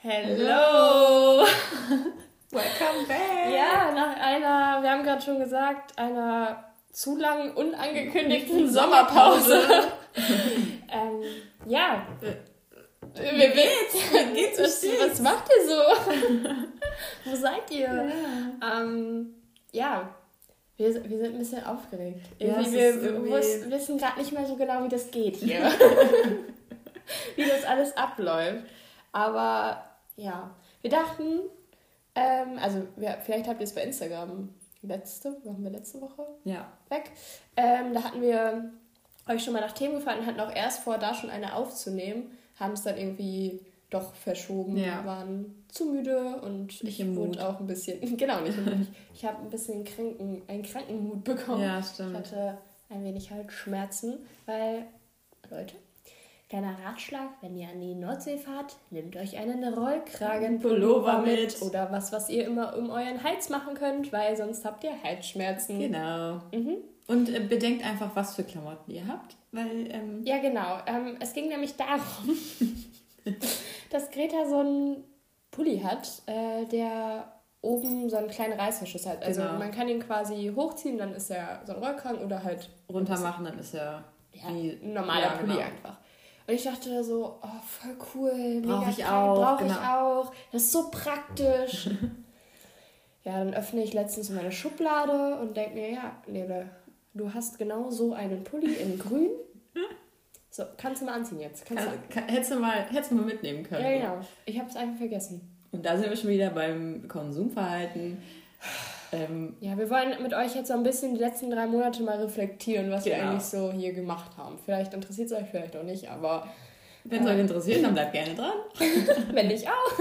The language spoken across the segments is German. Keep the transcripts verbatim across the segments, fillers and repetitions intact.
Hello! Welcome back! Ja, nach einer, wir haben gerade schon gesagt, einer zu langen, unangekündigten Sommerpause. ähm, ja. Wie geht's? Wie geht's? Was, was macht ihr so? Wo seid ihr? Ja, ähm, ja. Wir, wir sind ein bisschen aufgeregt. Irgendwie, ja, wir irgendwie... wir wissen gerade nicht mehr so genau, wie das geht hier. Wie das alles abläuft. Aber ja, wir dachten, ähm, also wir, vielleicht habt ihr es bei Instagram letzte, waren wir letzte Woche ja. weg. Ähm, da hatten wir euch schon mal nach Themen gefragt und hatten auch erst vor, da schon eine aufzunehmen, haben es dann irgendwie doch verschoben, ja. waren zu müde und nicht ich wurde auch ein bisschen, genau, nicht im Mut. Ich habe ein bisschen Kranken, einen Krankenmut bekommen. Ja, stimmt. Ich hatte ein wenig halt Schmerzen, weil, Leute, kleiner Ratschlag, wenn ihr an die Nordsee fahrt, nehmt euch einen Rollkragenpullover mit oder was, was ihr immer um euren Hals machen könnt, weil sonst habt ihr Halsschmerzen. Genau. Mhm. Und äh, bedenkt einfach, was für Klamotten ihr habt, weil... Ähm ja, genau. Ähm, es ging nämlich darum, dass Greta so einen Pulli hat, äh, der oben so einen kleinen Reißverschluss hat. Also genau. Man kann ihn quasi hochziehen, dann ist er so ein Rollkragen oder halt... runter machen, dann ist er ja, wie ein normaler ja, Pulli genau. einfach. Und ich dachte so, oh, voll cool, brauche ich auch. Brauche genau. ich auch. Das ist so praktisch. Ja, dann öffne ich letztens meine Schublade und denke mir, ja, Nele, du hast genau so einen Pulli in grün. So, kannst du mal anziehen jetzt. Kannst kann, kann, hättest, du mal, hättest du mal mitnehmen können. Ja, genau. Ich habe es einfach vergessen. Und da sind wir schon wieder beim Konsumverhalten. Ähm, ja, wir wollen mit euch jetzt so ein bisschen die letzten drei Monate mal reflektieren, was genau. wir eigentlich so hier gemacht haben. Vielleicht interessiert es euch, vielleicht auch nicht, aber... Wenn es äh, euch interessiert, dann bleibt gerne dran. Wenn nicht auch.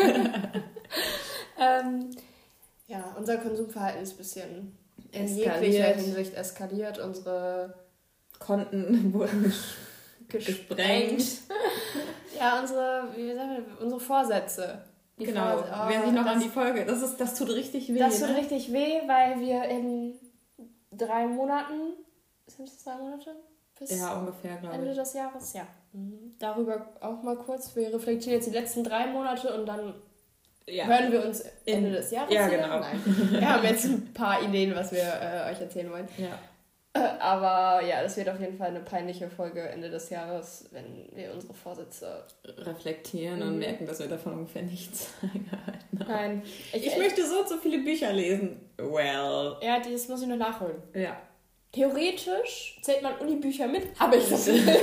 ähm, ja, unser Konsumverhalten ist ein bisschen in jeglicher Hinsicht eskaliert. Unsere Konten wurden gesprengt. Ja, unsere, wie sagen wir, unsere Vorsätze. Die genau, Vorsätze. Oh, wer sich noch das, an die Folge, das, ist, das tut richtig weh. Das tut ne? richtig weh, weil wir in drei Monaten, sind es drei Monate? Bis ja, ungefähr, glaube ich. Ende des Jahres, ja. Mhm. Darüber auch mal kurz. Wir reflektieren jetzt die letzten drei Monate und dann ja. hören wir uns Ende in, des Jahres. Ja, wieder. genau. Nein. Wir haben jetzt ein paar Ideen, was wir äh, euch erzählen wollen. Ja. Aber ja, das wird auf jeden Fall eine peinliche Folge Ende des Jahres, wenn wir unsere Vorsätze reflektieren mhm. und merken, dass wir davon ungefähr nichts eingehalten haben. Nein. Ich, ich möchte so und so viele Bücher lesen. Well. Ja, das muss ich noch nachholen. Ja. Theoretisch zählt man Unibücher mit, habe ich das gelesen.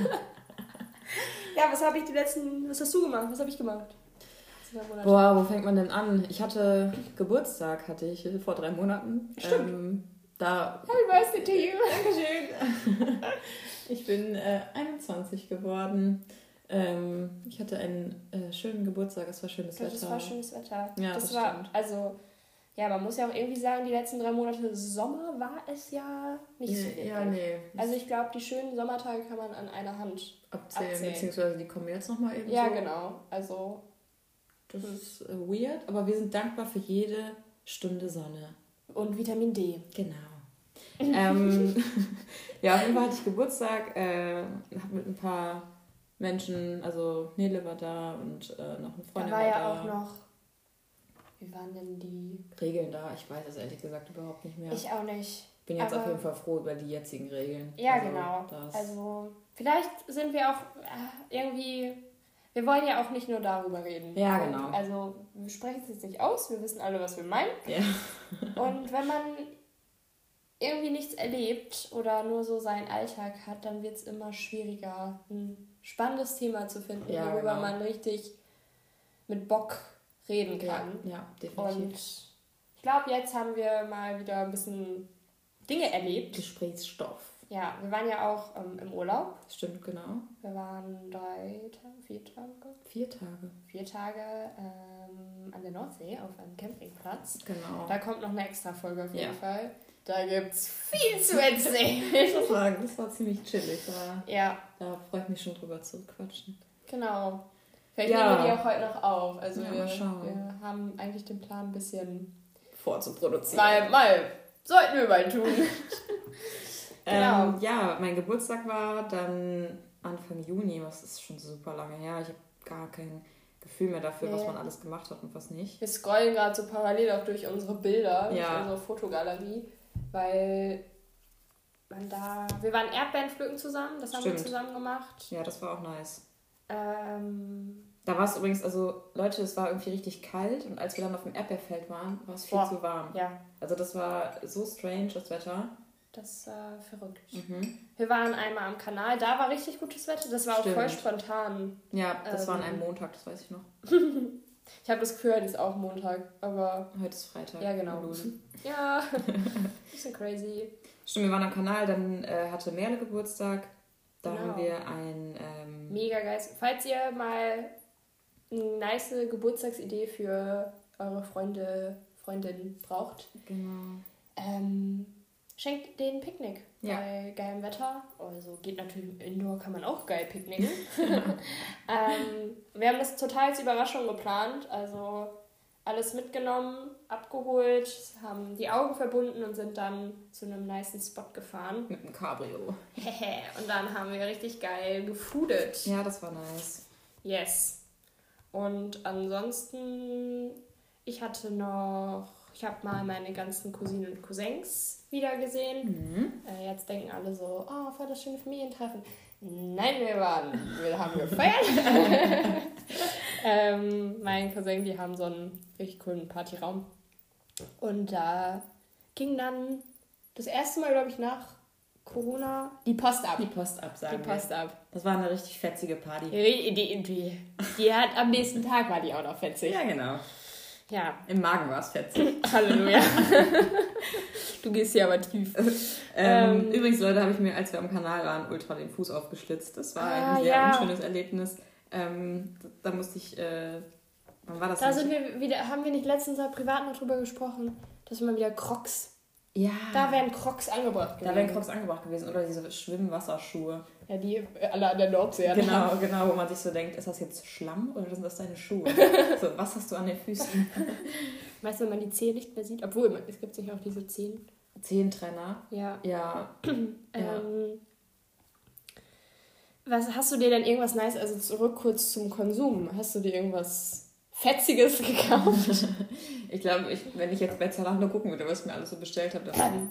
Ja, was habe ich die letzten, was hast du gemacht? Was habe ich gemacht? Boah, wo fängt man denn an? Ich hatte Geburtstag, hatte ich vor drei Monaten. Stimmt. Ähm, da Happy Birthday to you. Dankeschön. Ich bin äh, einundzwanzig geworden. Ähm, ich hatte einen äh, schönen Geburtstag, es war schönes das Wetter. Das war schönes Wetter. Ja, das, das war, stimmt. Also, ja, man muss ja auch irgendwie sagen, die letzten drei Monate Sommer war es ja nicht so nee, Ja, nee. Also ich glaube, die schönen Sommertage kann man an einer Hand abzählen. abzählen. Beziehungsweise die kommen jetzt nochmal eben Ja, so. genau. Also... Das ist äh, weird, aber wir sind dankbar für jede Stunde Sonne. Und Vitamin D. Genau. ähm, ja, auf jeden Fall hatte ich Geburtstag, äh, habe mit ein paar Menschen, also Nele war da und äh, noch eine Freundin da war. war ja da. auch noch, wie waren denn die Regeln da? Ich weiß es ehrlich gesagt überhaupt nicht mehr. Ich auch nicht. Ich bin jetzt aber auf jeden Fall froh über die jetzigen Regeln. Ja, also, genau. Das Also vielleicht sind wir auch äh, irgendwie... Wir wollen ja auch nicht nur darüber reden. Ja, genau. Also wir sprechen es jetzt nicht aus, wir wissen alle, was wir meinen. Ja. Und wenn man irgendwie nichts erlebt oder nur so seinen Alltag hat, dann wird es immer schwieriger, ein spannendes Thema zu finden, ja, worüber genau. man richtig mit Bock reden kann. Ja, ja, definitiv. Und ich glaube, jetzt haben wir mal wieder ein bisschen Dinge erlebt. Gesprächsstoff. Ja, wir waren ja auch ähm, im Urlaub. Stimmt, genau. Wir waren drei Tage, vier Tage? Vier Tage. Vier Tage ähm, an der Nordsee auf einem Campingplatz. Genau. Da kommt noch eine extra Folge auf jeden ja. Fall. Da gibt's viel zu erzählen. Ich muss sagen, das war ziemlich chillig. Da, ja. Da freue ich mich schon drüber zu quatschen. Genau. Vielleicht ja. nehmen wir die auch heute noch auf. Also ja, wir, mal schauen. wir haben eigentlich den Plan, ein bisschen vorzuproduzieren. Mal, mal. Sollten wir mal tun. Genau. Ähm, ja, mein Geburtstag war dann Anfang Juni, was ist schon super lange her. Ich habe gar kein, Gefühl mehr dafür, nee. was man alles gemacht hat und was nicht. Wir scrollen gerade so parallel auch durch unsere Bilder, ja. durch unsere Fotogalerie, weil man da... Wir waren Erdbeeren pflücken zusammen, das Stimmt. haben wir zusammen gemacht. Ja, das war auch nice. Ähm... Da war es übrigens, also Leute, es war irgendwie richtig kalt und als wir dann auf dem Erdbeerfeld waren, war es viel Boah, zu warm. Ja. Also das war so strange, das Wetter. Das war verrückt. Mhm. Wir waren einmal am Kanal, da war richtig gutes Wetter, das war Stimmt. auch voll spontan. Ja, das ähm, war an einem Montag, das weiß ich noch. Ich habe das Gefühl, heute ist auch Montag, aber... Heute ist Freitag. Ja, genau. Ja, bisschen crazy. Stimmt, wir waren am Kanal, dann äh, hatte Merle Geburtstag, da genau. haben wir ein... Ähm, Mega geil. Falls ihr mal eine nice Geburtstagsidee für eure Freunde, Freundinnen braucht, genau. ähm, schenkt denen Picknick ja. bei geilem Wetter. Also geht natürlich indoor, kann man auch geil picknicken. ähm, wir haben das total als Überraschung geplant, also alles mitgenommen, abgeholt, haben die Augen verbunden und sind dann zu einem nicen Spot gefahren. Mit einem Cabrio. Und dann haben wir richtig geil gefoodet. Ja, das war nice. Yes. Und ansonsten, ich hatte noch, ich habe mal meine ganzen Cousinen und Cousins wieder gesehen. Mhm. Äh, jetzt denken alle so, oh, voll das schöne Familientreffen. Nein, wir waren, wir haben gefeiert. ähm, mein Cousin, die haben so einen richtig coolen Partyraum. Und da ging dann das erste Mal, glaube ich, nach Corona die Post ab. Die Post ab, sagen Die Post wir. ab. Das war eine richtig fetzige Party. Die, die, die, die hat am nächsten Tag war die auch noch fetzig. Ja, genau. Ja. Im Magen war es fetzig. Halleluja. Du gehst hier aber tief. ähm, ähm, übrigens, Leute, habe ich mir, als wir am Kanal waren, ultra den Fuß aufgeschlitzt. Das war ah, ein sehr ja. unschönes Erlebnis. Ähm, da, da musste ich... Äh, wann war das? Da sind wir wieder, haben wir nicht letztens da privat noch drüber gesprochen, dass wir mal wieder Crocs... Ja. Da wären Crocs angebracht gewesen. Da wären Crocs angebracht gewesen. Oder diese Schwimmwasserschuhe. Ja, die alle an der Nordsee haben. Genau, genau, wo man sich so denkt, ist das jetzt Schlamm oder sind das deine Schuhe? So, was hast du an den Füßen? Weißt du, wenn man die Zehen nicht mehr sieht? Obwohl, es gibt sicher auch diese Zehen. Zehentrenner? Ja. Ja. ähm, was, hast du dir denn irgendwas Nice, also zurück kurz zum Konsum, hast du dir irgendwas Fetziges gekauft? Ich glaube, ich, wenn ich jetzt bei Zalando gucken würde, was ich mir alles so bestellt habe, dann,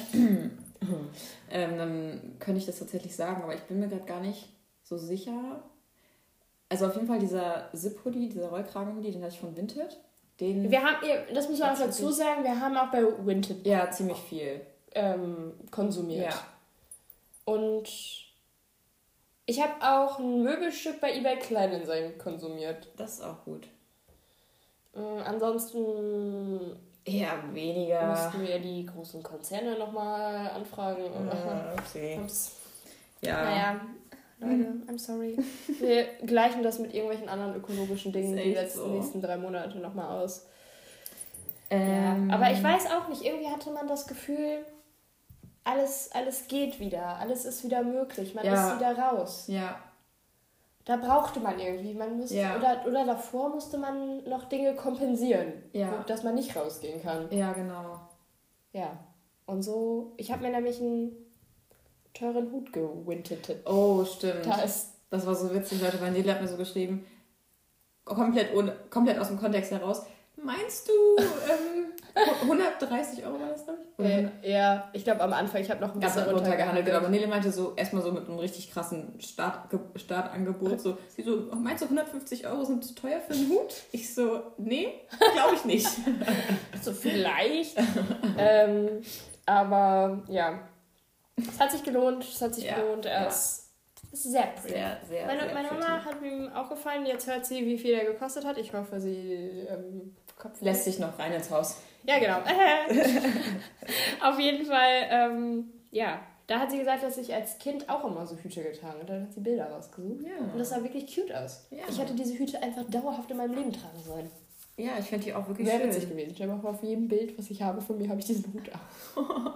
ähm, dann könnte ich das tatsächlich sagen, aber ich bin mir gerade gar nicht so sicher. Also auf jeden Fall dieser Zip-Hoodie, dieser Rollkragen-Hoodie, den hatte ich von Vinted. Den wir haben, das muss man auch dazu sagen, wir haben auch bei Vinted ja, ziemlich viel ähm, konsumiert. Ja. Und ich habe auch ein Möbelstück bei eBay Kleinanzeigen konsumiert. Das ist auch gut. Äh, ansonsten eher weniger. Mussten wir die großen Konzerne nochmal anfragen. Ja, okay. Ups. Ja. Naja, Leute, I'm sorry. Wir gleichen das mit irgendwelchen anderen ökologischen Dingen die letzten so. nächsten drei Monate nochmal aus. Ähm, ja. Aber ich weiß auch nicht, irgendwie hatte man das Gefühl, alles, alles geht wieder, alles ist wieder möglich, man ja. ist wieder raus. Ja. Da brauchte man irgendwie, man musste, ja. oder, oder davor musste man noch Dinge kompensieren, ja. dass man nicht rausgehen kann. Ja, genau. Ja, und so, ich habe mir nämlich einen teuren Hut gewintet. Oh, stimmt. Da ist das war so witzig, Leute, weil Nele hat mir so geschrieben, komplett, ohne, komplett aus dem Kontext heraus, meinst du, ähm, hundertdreißig Euro war das, glaube ich? Äh, ja, ich glaube am Anfang, ich habe noch ein bisschen runtergehandelt. Genau. Aber Nele meinte so, erstmal so mit einem richtig krassen Start, Startangebot, so, sie so, meinst du hundertfünfzig Euro sind zu teuer für einen Hut? Ich so, nee, glaube ich nicht. So vielleicht. ähm, aber ja, es hat sich gelohnt, es hat sich ja, gelohnt, er ja. ist sehr pretty. Sehr, sehr, meine sehr meine Mama hat ihm auch gefallen, jetzt hört sie, wie viel er gekostet hat. Ich hoffe, sie ähm, lässt sich noch rein ins Haus. Ja, genau. Auf jeden Fall, ähm, ja, da hat sie gesagt, dass ich als Kind auch immer so Hüte getragen und dann hat sie Bilder rausgesucht. Ja. Und das sah wirklich cute aus. Ja. Ich hätte diese Hüte einfach dauerhaft in meinem Leben tragen sollen. Ja, ich fände die auch wirklich Wäre schön. witzig gewesen. Stell dir mal vor, auf jedem Bild, was ich habe von mir, habe ich diesen Hut auch.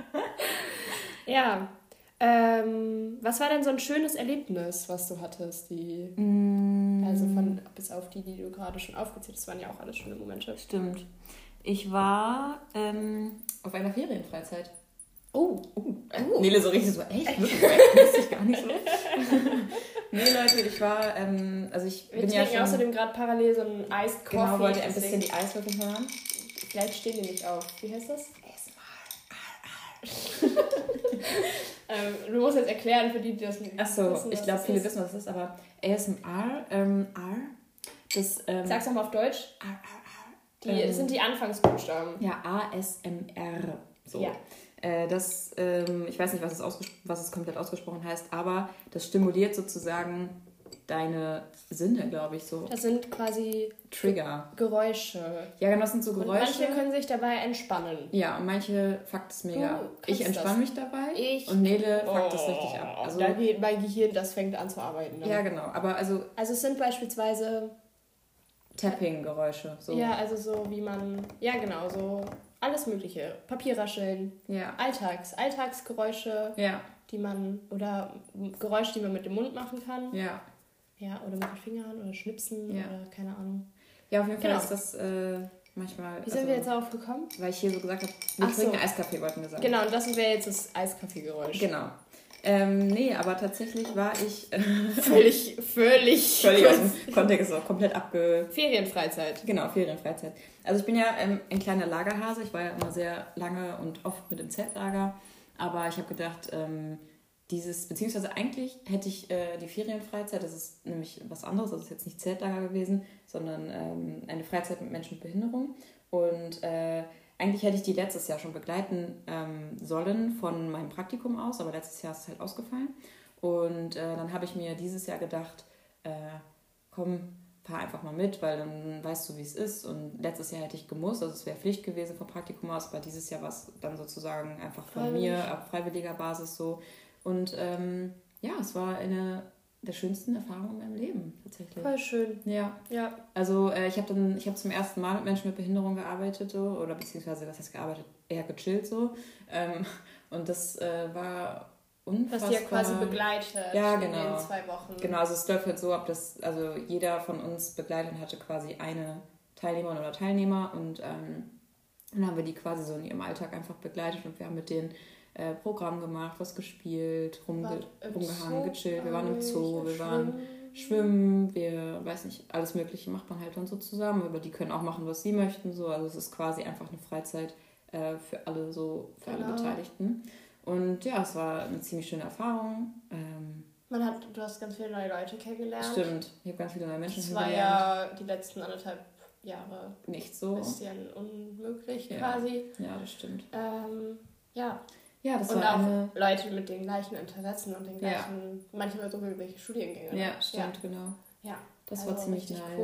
Ja. Ähm, was war denn so ein schönes Erlebnis, was du hattest? Die, mm. Also von bis auf die, die du gerade schon aufgezählt hast, waren ja auch alles schöne Momente. Stimmt. Ich war ähm, auf einer Ferienfreizeit. Oh, oh, oh. Nele so richtig so, echt? Wirklich? Wusste ich gar nicht so. Nee, Leute, ich war, ähm, also ich Wir bin ja schon... Wir außerdem gerade parallel so einen Iced Coffee. Genau, wollte ein bisschen die Eiswürfel hören. Vielleicht stehen die nicht auf. Wie heißt das? ähm, du musst jetzt erklären für die, die das nicht Achso, wissen. Achso, ich glaube, viele ist. wissen, was das ist, aber A S M R, ähm, R, das... Ähm, Sag's nochmal auf Deutsch. R, R, R. Die ähm, sind die Anfangsbuchstaben. Ja, A S M R. So. Ja. Äh, das, ähm, ich weiß nicht, was es, was es komplett ausgesprochen heißt, aber das stimuliert sozusagen deine Sinne, glaube ich, so. Das sind quasi Trigger. Geräusche. Ja, genau, das sind so Geräusche. Und manche können sich dabei entspannen. Ja, und manche fuckt es mega. Ich entspanne mich dabei ich, und Nele oh, fuckt es richtig ab. Also, da geht mein Gehirn, das fängt an zu arbeiten. Dann. Ja, genau, aber also... Also es sind beispielsweise... Tapping-Geräusche. So. Ja, also so wie man... Ja, genau, so alles mögliche. Papierrascheln. Ja. Alltags, Alltagsgeräusche. Ja. Die man... Oder Geräusche, die man mit dem Mund machen kann. Ja. Ja, oder mit den Fingern oder Schnipsen ja. oder keine Ahnung. Ja, auf jeden Fall genau. ist das äh, manchmal... Wie sind also, wir jetzt darauf gekommen? Weil ich hier so gesagt habe, wir Ach trinken so. Eiskaffee, wollten wir sagen. Genau, und das wäre jetzt das Eiskaffee-Geräusch. Genau. Ähm, nee, aber tatsächlich war ich... Äh, völlig, völlig... Völlig aus dem Kontext, auch komplett abge... Ferienfreizeit. Genau, Ferienfreizeit. Also ich bin ja ähm, ein kleiner Lagerhase. Ich war ja immer sehr lange und oft mit dem Zeltlager. Aber ich habe gedacht... Ähm, Dieses, beziehungsweise eigentlich hätte ich äh, die Ferienfreizeit, das ist nämlich was anderes, das ist jetzt nicht Zeltlager gewesen, sondern ähm, eine Freizeit mit Menschen mit Behinderung. Und äh, eigentlich hätte ich die letztes Jahr schon begleiten ähm, sollen von meinem Praktikum aus, aber letztes Jahr ist es halt ausgefallen. Und äh, dann habe ich mir dieses Jahr gedacht, äh, komm, fahr einfach mal mit, weil dann weißt du, wie es ist. Und letztes Jahr hätte ich gemusst, also es wäre Pflicht gewesen vom Praktikum aus, aber dieses Jahr war es dann sozusagen einfach von Freiwillig. mir auf freiwilliger Basis so. Und ähm, ja, es war eine der schönsten Erfahrungen in meinem Leben, tatsächlich. Voll schön. Ja. ja. Also äh, ich habe dann, ich habe zum ersten Mal mit Menschen mit Behinderung gearbeitet, so, oder beziehungsweise, was heißt gearbeitet, eher gechillt so. Ähm, und das äh, war unfassbar. Was dir quasi begleitet ja, in genau. den zwei Wochen. Genau, also es läuft halt so ab, dass also jeder von uns Begleitung hatte quasi eine Teilnehmerin oder Teilnehmer und ähm, dann haben wir die quasi so in ihrem Alltag einfach begleitet und wir haben mit denen Äh, Programm gemacht, was gespielt, rumge- rumgehangen, gechillt. Wir waren im Zoo, wir waren schwimmen, wir, weiß nicht, alles Mögliche macht man halt dann so zusammen, aber die können auch machen, was sie möchten, so. Also es ist quasi einfach eine Freizeit äh, für alle so, für genau. alle Beteiligten. Und ja, es war eine ziemlich schöne Erfahrung. Ähm, man hat, du hast ganz viele neue Leute kennengelernt. Stimmt, ich habe ganz viele neue Menschen das kennengelernt. Das war ja die letzten anderthalb Jahre nicht so. Ein bisschen unmöglich ja. quasi. Ja, das stimmt. Ähm, ja. Ja, das und war auch eine... Leute mit den gleichen Interessen und den gleichen, ja. manchmal sogar welche Studiengänge. Ja, stimmt, ja. genau. Ja, das also war ziemlich nice. Cool.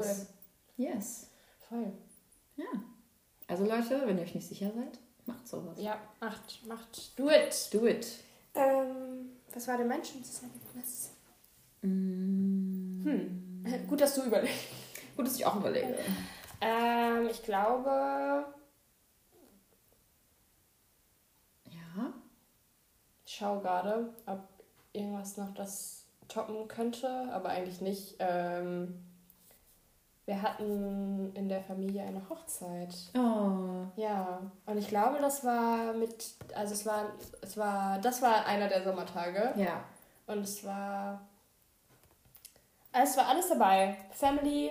Yes. Voll. Ja. Also Leute, wenn ihr euch nicht sicher seid, macht sowas. Ja, macht, macht, do it. Do it. Ähm, was war denn mein schönstes Erlebnis? Mm. Hm. Gut, dass du überlegst. Gut, dass ich auch überlege. Ähm, ich glaube... Ich schaue gerade, ob irgendwas noch das toppen könnte, aber eigentlich nicht. Ähm, wir hatten in der Familie eine Hochzeit. Oh. Ja, und ich glaube, das war mit, also es war, es war, das war einer der Sommertage. Ja. Und es war, also es war alles dabei. Family,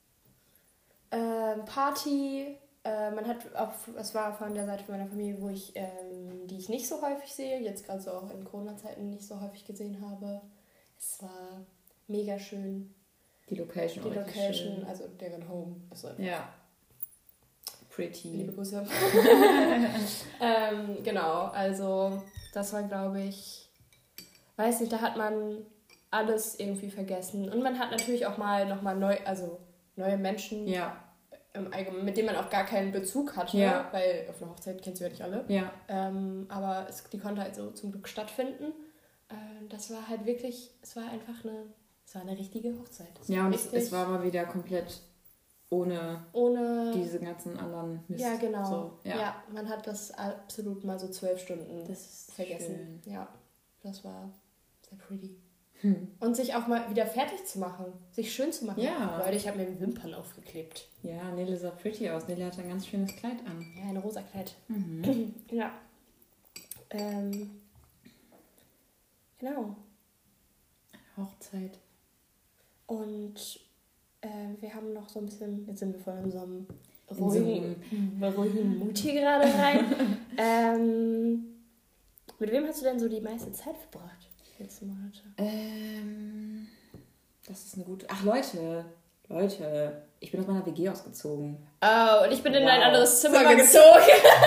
ähm, Party. Äh, man hat auch, es war von der Seite meiner Familie, wo ich, ähm, die ich nicht so häufig sehe, jetzt gerade so auch in Corona-Zeiten nicht so häufig gesehen habe. Es war mega schön. Die Location. Die Location, schön. Also deren Home. Also ja. Pretty. Liebe Grüße. ähm, genau, also das war, glaube ich, weiß nicht, da hat man alles irgendwie vergessen. Und man hat natürlich auch mal nochmal neu, also neue Menschen. Ja. Mit denen man auch gar keinen Bezug hatte, ja. weil auf einer Hochzeit kennst du ja nicht alle. Ja. Ähm, aber es, die konnte halt so zum Glück stattfinden. Äh, das war halt wirklich, es war einfach eine, es war eine richtige Hochzeit. Ja, und es, es war mal wieder komplett ohne, ohne diese ganzen anderen Mist. Ja, genau. So, ja. ja, man hat das absolut mal so zwölf Stunden das ist vergessen. Schön. Ja, das war sehr pretty. Hm. Und sich auch mal wieder fertig zu machen. Sich schön zu machen. Ja. Leute, ich habe mir Wimpern aufgeklebt. Ja, Nele sah pretty aus. Nele hat ein ganz schönes Kleid an. Ja, ein rosa Kleid. Mhm. ja. Ähm, genau. Eine Hochzeit. Und äh, wir haben noch so ein bisschen, jetzt sind wir voll in so einem ruhigen, so ruhigen Mut hier gerade rein. ähm, mit wem hast du denn so die meiste Zeit verbracht? Letzte Monate. Ähm, das ist eine gute... Ach, Leute. Leute. Ich bin aus meiner W G ausgezogen. Oh, und ich bin wow. in ein anderes Zimmer, Zimmer gezogen.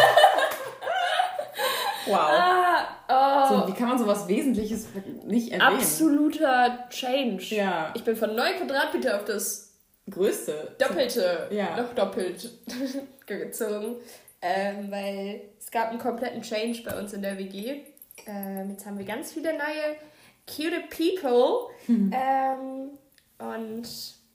Wow. Ah, oh. So, wie kann man sowas Wesentliches nicht erwähnen? Absoluter Change. Ja. Ich bin von neun Quadratmeter auf das größte, doppelte, ja. noch doppelt gezogen, ähm, weil es gab einen kompletten Change bei uns in der W G. Ähm, jetzt haben wir ganz viele neue, cute people. Mhm. Ähm, und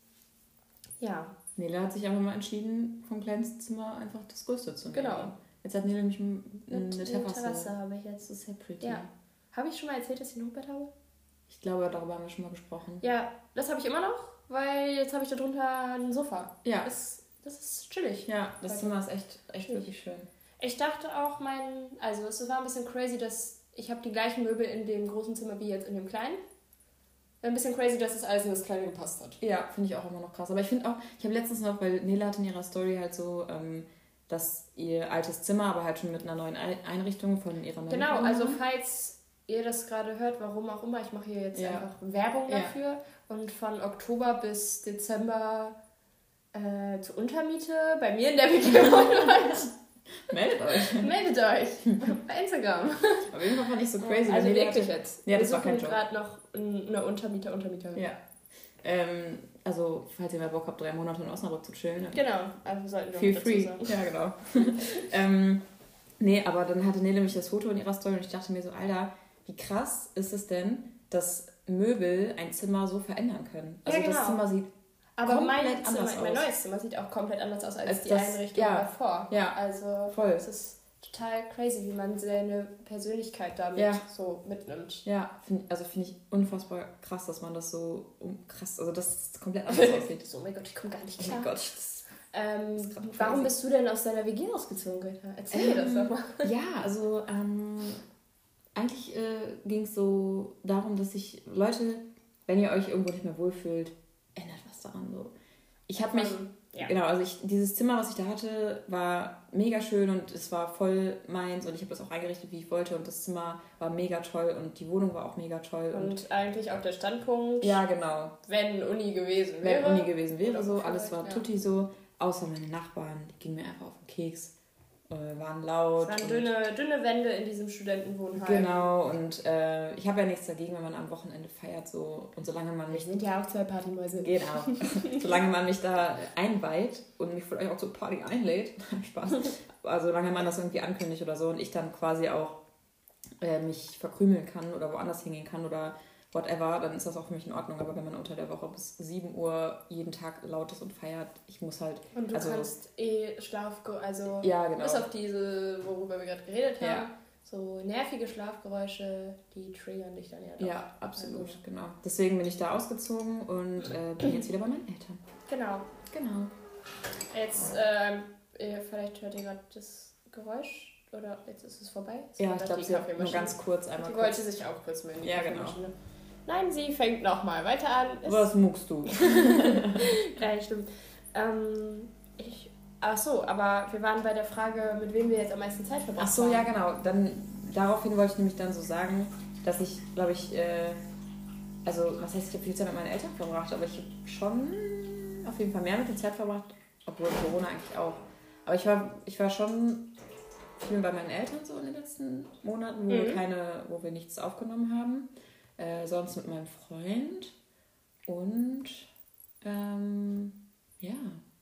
ja. Nele hat sich einfach mal entschieden, vom kleinsten Zimmer einfach das größte zu nehmen. Genau. Jetzt hat Nele nämlich eine, eine Terrasse. Terrasse habe ich jetzt. Das ist sehr pretty. Ja. Habe ich schon mal erzählt, dass ich ein Hochbett habe? Ich glaube, darüber haben wir schon mal gesprochen. Ja, das habe ich immer noch, weil jetzt habe ich da drunter ein Sofa. Ja. Das, das ist chillig. Ja, das Zimmer ist echt, echt wirklich schön. Ich dachte auch, mein, also es war ein bisschen crazy, dass ich habe die gleichen Möbel in dem großen Zimmer wie jetzt in dem kleinen. Ein bisschen crazy, dass es alles in das Kleine gepasst hat. Ja, finde ich auch immer noch krass. Aber ich finde auch, ich habe letztens noch, weil Nele hatte in ihrer Story halt so, ähm, dass ihr altes Zimmer, aber halt schon mit einer neuen Einrichtung von ihrer neuen Genau, also falls ihr das gerade hört, warum auch immer, ich mache hier jetzt ja. einfach Werbung dafür. Ja. Und von Oktober bis Dezember äh, zur Untermiete bei mir in der W G Meldet euch. Meldet euch. Bei Instagram. Auf jeden Fall fand ich so crazy. Also wirklich jetzt. Ja, das Wir war kein Job. gerade noch eine Untermieter, Untermieter. Ja. Ähm, also, falls ihr mal Bock habt, drei Monate in Osnabrück zu chillen. Genau, also sollten wir feel auch free. Sagen. Ja, genau. ähm, nee, aber dann hatte Nele mich das Foto in ihrer Story und ich dachte mir so, Alter, wie krass ist es denn, dass Möbel ein Zimmer so verändern können? Also ja, genau. das Zimmer sieht aber komplett mein, Zimmer, anders mein aus. neues Zimmer sieht auch komplett anders aus als, als die das, Einrichtung ja, davor. Ja, also voll. Es ist total crazy, wie man seine Persönlichkeit damit ja. so mitnimmt. Ja, find, also finde ich unfassbar krass, dass man das so um, krass, also dass es komplett anders aussieht. So, oh mein Gott, ich komme gar nicht klar. Oh mein Gott, das, ähm, das warum bist du denn aus deiner W G ausgezogen, Greta? Erzähl mir ähm, das doch mal. Ja, also ähm, eigentlich äh, ging es so darum, dass ich, Leute, wenn ihr euch irgendwo nicht mehr wohlfühlt, ändert was daran so. Ich habe mich... Ja. Genau, also ich, dieses Zimmer, was ich da hatte, war mega schön und es war voll meins und ich habe das auch eingerichtet, wie ich wollte und das Zimmer war mega toll und die Wohnung war auch mega toll. Und, und eigentlich auch der Standpunkt, ja, genau. wenn Uni gewesen wäre. Wenn Uni gewesen wäre, so, alles war ja. tutti so, außer meine Nachbarn, die gingen mir einfach auf den Keks. Waren laut. Es waren dünne, dünne Wände in diesem Studentenwohnheim. Genau, und äh, ich habe ja nichts dagegen, wenn man am Wochenende feiert. So, und solange man mich. Wir sind ja auch zwei Partymäuse. Genau. Solange man mich da einweiht und mich vielleicht auch zur Party einlädt. Spaß. Also, solange man das irgendwie ankündigt oder so und ich dann quasi auch äh, mich verkrümeln kann oder woanders hingehen kann oder whatever, dann ist das auch für mich in Ordnung. Aber wenn man unter der Woche bis sieben Uhr jeden Tag laut ist und feiert, ich muss halt... Und du also, kannst eh Schlaf... Also ja, genau. bis auf diese, worüber wir gerade geredet haben, ja. so nervige Schlafgeräusche, die triggern dich dann ja doch. Ja, absolut, also. Genau. Deswegen bin ich da ausgezogen und äh, bin jetzt wieder bei meinen Eltern. Genau. Genau. Jetzt, ähm, vielleicht hört ihr gerade das Geräusch, oder jetzt ist es vorbei? Das ja, ich glaube, sie hat nur ganz kurz einmal Die kurz. wollte sich auch kurz melden. Ja, genau. Nein, sie fängt nochmal weiter an. Was muckst du? Ja, stimmt. Ähm, ich, ach so, aber wir waren bei der Frage, mit wem wir jetzt am meisten Zeit verbracht haben. Ach so, haben. Ja, genau. Dann, daraufhin wollte ich nämlich dann so sagen, dass ich, glaube ich, äh, also, was heißt, ich habe viel Zeit mit meinen Eltern verbracht, aber ich habe schon auf jeden Fall mehr mit der Zeit verbracht, obwohl Corona eigentlich auch. Aber ich war, ich war schon viel bei meinen Eltern so in den letzten Monaten, wo, mhm. wir, keine, wo wir nichts aufgenommen haben. Äh, sonst mit meinem Freund und ähm, ja.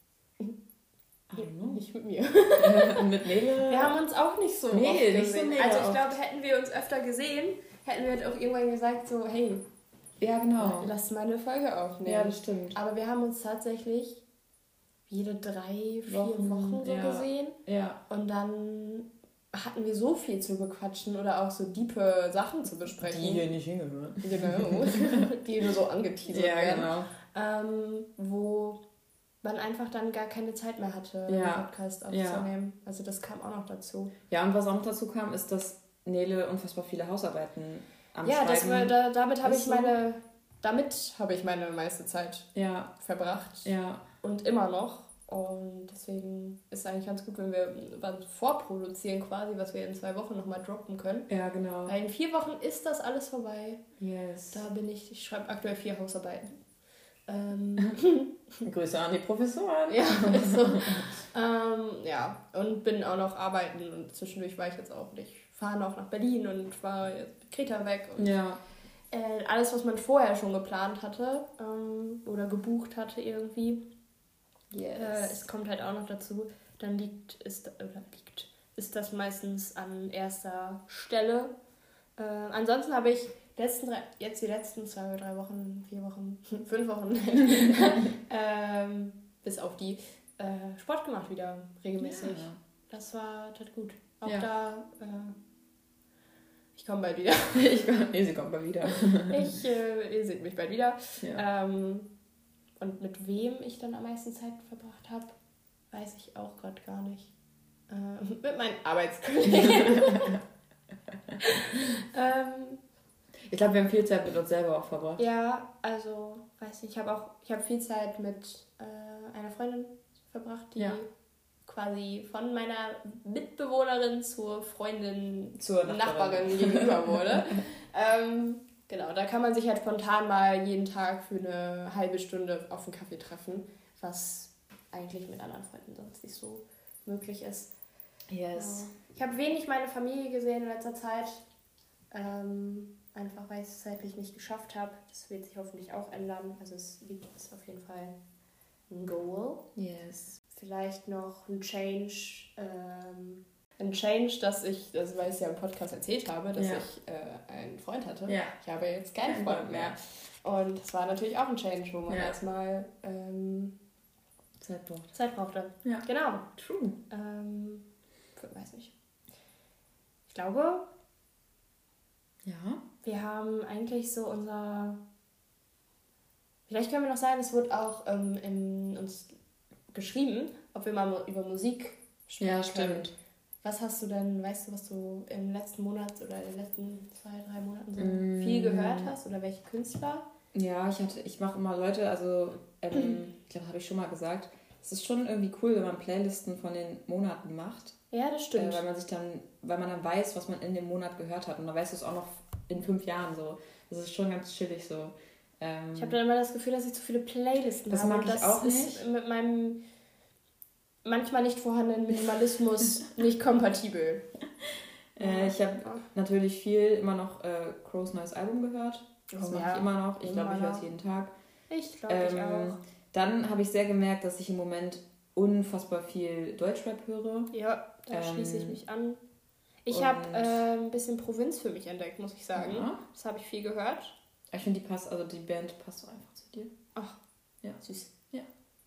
Nicht mit mir. Mit Nele. Wir haben uns auch nicht so nee, oft nicht gesehen. So also ich glaube, hätten wir uns öfter gesehen, hätten wir halt auch irgendwann gesagt so, hey, ja genau, lass mal eine Folge aufnehmen. Ja, das stimmt. Aber wir haben uns tatsächlich jede drei, vier Wochen, Wochen so ja. gesehen. Ja. Und dann hatten wir so viel zu bequatschen oder auch so diepe Sachen zu besprechen. Die hier nicht hingehören. Genau. Die nur so angeteasert ja, werden. Genau. Ähm, wo man einfach dann gar keine Zeit mehr hatte, ja. einen Podcast aufzunehmen. Ja. Also das kam auch noch dazu. Ja, und was auch noch dazu kam, ist, dass Nele unfassbar viele Hausarbeiten am ja, Schreiben. Ja, das war, da, damit habe ich so? meine, damit habe ich meine meiste Zeit ja. verbracht. Ja. Und immer noch. Und deswegen ist es eigentlich ganz gut, wenn wir was vorproduzieren quasi, was wir in zwei Wochen nochmal droppen können. Ja, genau. Weil in vier Wochen ist das alles vorbei. Yes. Da bin ich, ich schreibe aktuell vier Hausarbeiten. Ähm, Grüße an die Professoren. Ja, so. ähm, ja, und bin auch noch arbeiten und zwischendurch war ich jetzt auch nicht. Ich fahre noch nach Berlin und war jetzt mit Kreta weg. Und ja. äh, alles, was man vorher schon geplant hatte ähm, oder gebucht hatte irgendwie, yes. äh, es kommt halt auch noch dazu. Dann liegt, ist, oder liegt, ist das meistens an erster Stelle. Äh, ansonsten habe ich letzten drei, jetzt die letzten zwei, drei Wochen, vier Wochen, fünf Wochen, ähm, bis auf die, äh, Sport gemacht wieder regelmäßig. Ja. Das war tat gut. Auch ja. da, äh, ich komme bald wieder. ich komm, nee, sie kommt bald wieder. ich, äh, ihr seht mich bald wieder. Ja. Ähm, und mit wem ich dann am meisten Zeit verbracht habe, weiß ich auch gerade gar nicht. Äh, mit meinen Arbeitskollegen. ähm, Ich glaube, wir haben viel Zeit mit uns selber auch verbracht. Ja, also, weiß nicht, ich habe auch, ich habe viel Zeit mit äh, einer Freundin verbracht, die ja. quasi von meiner Mitbewohnerin zur Freundin, zur Nachbarin, Nachbarin gegenüber wurde. ähm, genau, da kann man sich halt spontan mal jeden Tag für eine halbe Stunde auf einen Kaffee treffen, was eigentlich mit anderen Freunden sonst nicht so möglich ist. Yes. Genau. Ich habe wenig meine Familie gesehen in letzter Zeit. Ähm, Einfach weil ich es zeitlich nicht geschafft habe. Das wird sich hoffentlich auch ändern. Also es ist auf jeden Fall ein Goal. Yes. Vielleicht noch ein Change. Ähm, ein Change, dass ich, das weil ich es ja im Podcast erzählt habe, dass ja. ich äh, einen Freund hatte. Ja. Ich habe jetzt keinen Freund mehr. Und das war natürlich auch ein Change, wo man ja. erstmal ähm, Zeit braucht. Zeit brauchte. Ja. Genau. True. Ähm, weiß nicht. Ich glaube... Ja. Wir haben eigentlich so unser... Vielleicht können wir noch sagen, es wurde auch ähm, in uns geschrieben, ob wir mal über Musik sprechen Ja, stimmt. Können. Was hast du denn, weißt du, was du im letzten Monat oder in den letzten zwei, drei Monaten so mm. viel gehört hast? Oder welche Künstler? Ja, ich hatte, ich mache immer Leute, also ähm, ich glaube, habe ich schon mal gesagt, es ist schon irgendwie cool, wenn man Playlisten von den Monaten macht. Ja, das stimmt. Äh, weil man sich dann, weil man dann weiß, was man in dem Monat gehört hat. Und dann weißt du es auch noch in fünf Jahren so. Das ist schon ganz chillig so. Ähm, ich habe dann immer das Gefühl, dass ich zu viele Playlisten das habe. Mag ich das auch ist nicht. mit meinem manchmal nicht vorhandenen Minimalismus nicht kompatibel. äh, ich habe ja. natürlich viel immer noch äh, Crows neues Album gehört. Das oh, mache ja. ich immer noch. Ich glaube, ich höre es jeden Tag. Ich glaube, ähm, ich auch. Dann habe ich sehr gemerkt, dass ich im Moment unfassbar viel Deutschrap höre. Ja, da ähm, schließe ich mich an. Ich habe äh, ein bisschen Provinz für mich entdeckt, muss ich sagen. Ja. Das habe ich viel gehört. Ich finde, die passt, also die Band passt so einfach zu dir. Ach, ja. Süß. Ja.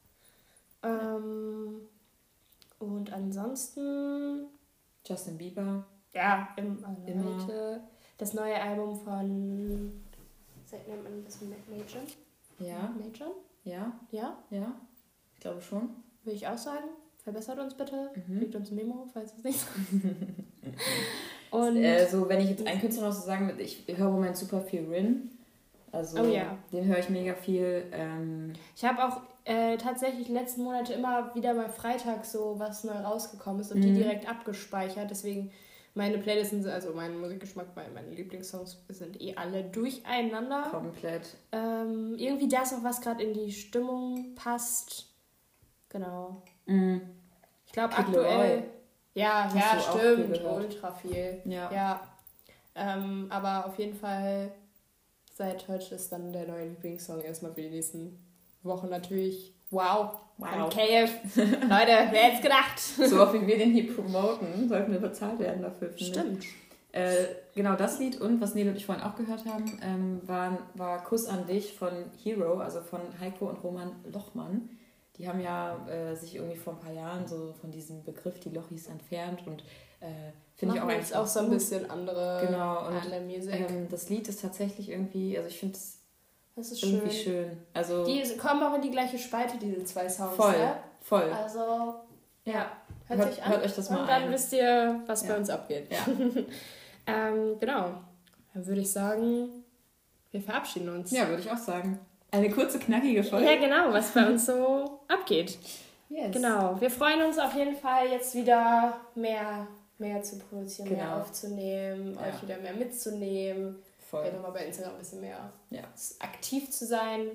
Ähm, und ansonsten... Justin Bieber. Ja, im, also immer. Heute das neue Album von... Sagt man das Major? Ja. Major? Ja. Ja? Ja. Ich glaube schon. Würde ich auch sagen. Verbessert uns bitte. Mhm. Kriegt uns ein Memo, falls es nicht so Und äh, so, wenn ich jetzt einen Künstler noch so sagen würde, ich höre im Moment super viel Rin. Also oh, ja. den höre ich mega viel. Ähm ich habe auch äh, tatsächlich die letzten Monate immer wieder mal Freitag so was neu rausgekommen ist und mhm. die direkt abgespeichert. Deswegen meine Playlisten, also mein Musikgeschmack, meine Lieblingssongs sind eh alle durcheinander. Komplett. Ähm, irgendwie das auch, was gerade in die Stimmung passt. Genau. Mhm. Ich glaube aktuell... Ja, Hast ja, stimmt. Viel ultra viel. Ja. ja. Ähm, aber auf jeden Fall seit heute ist dann der neue Lieblingssong erstmal für die nächsten Wochen natürlich. Wow. Wow. K F. Leute, wer hätte es gedacht? So oft wie wir den hier promoten, sollten wir bezahlt werden dafür. Stimmt. Äh, genau das Lied und was Nele und ich vorhin auch gehört haben, ähm, war, war Kuss an dich von Hero, also von Heiko und Roman Lochmann. Die haben ja äh, sich irgendwie vor ein paar Jahren so von diesem Begriff die Lochis entfernt und äh, finde ich auch eigentlich auch so ein bisschen andere genau, und, andere Musik. Ähm, das Lied ist tatsächlich irgendwie, also ich finde es das ist irgendwie schön. schön. Also, die kommen auch in die gleiche Spalte, diese zwei Sounds. Voll, ne? voll. Also, ja, hört, hört sich an. Hört euch das mal und dann ein. wisst ihr, was ja. bei uns abgeht. Ja. Ähm, genau. Dann würde ich sagen, wir verabschieden uns. Ja, würde ich auch sagen. Eine kurze, knackige Folge. Ja, genau, was bei uns so abgeht. Yes. Genau. Wir freuen uns auf jeden Fall, jetzt wieder mehr, mehr zu produzieren, genau. mehr aufzunehmen, ja. euch wieder mehr mitzunehmen. Voll. Ja, nochmal bei Instagram ein bisschen mehr ja. aktiv zu sein.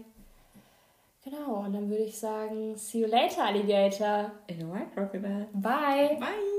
Genau, und dann würde ich sagen, see you later, Alligator. In a white crocodile. Bye. Bye.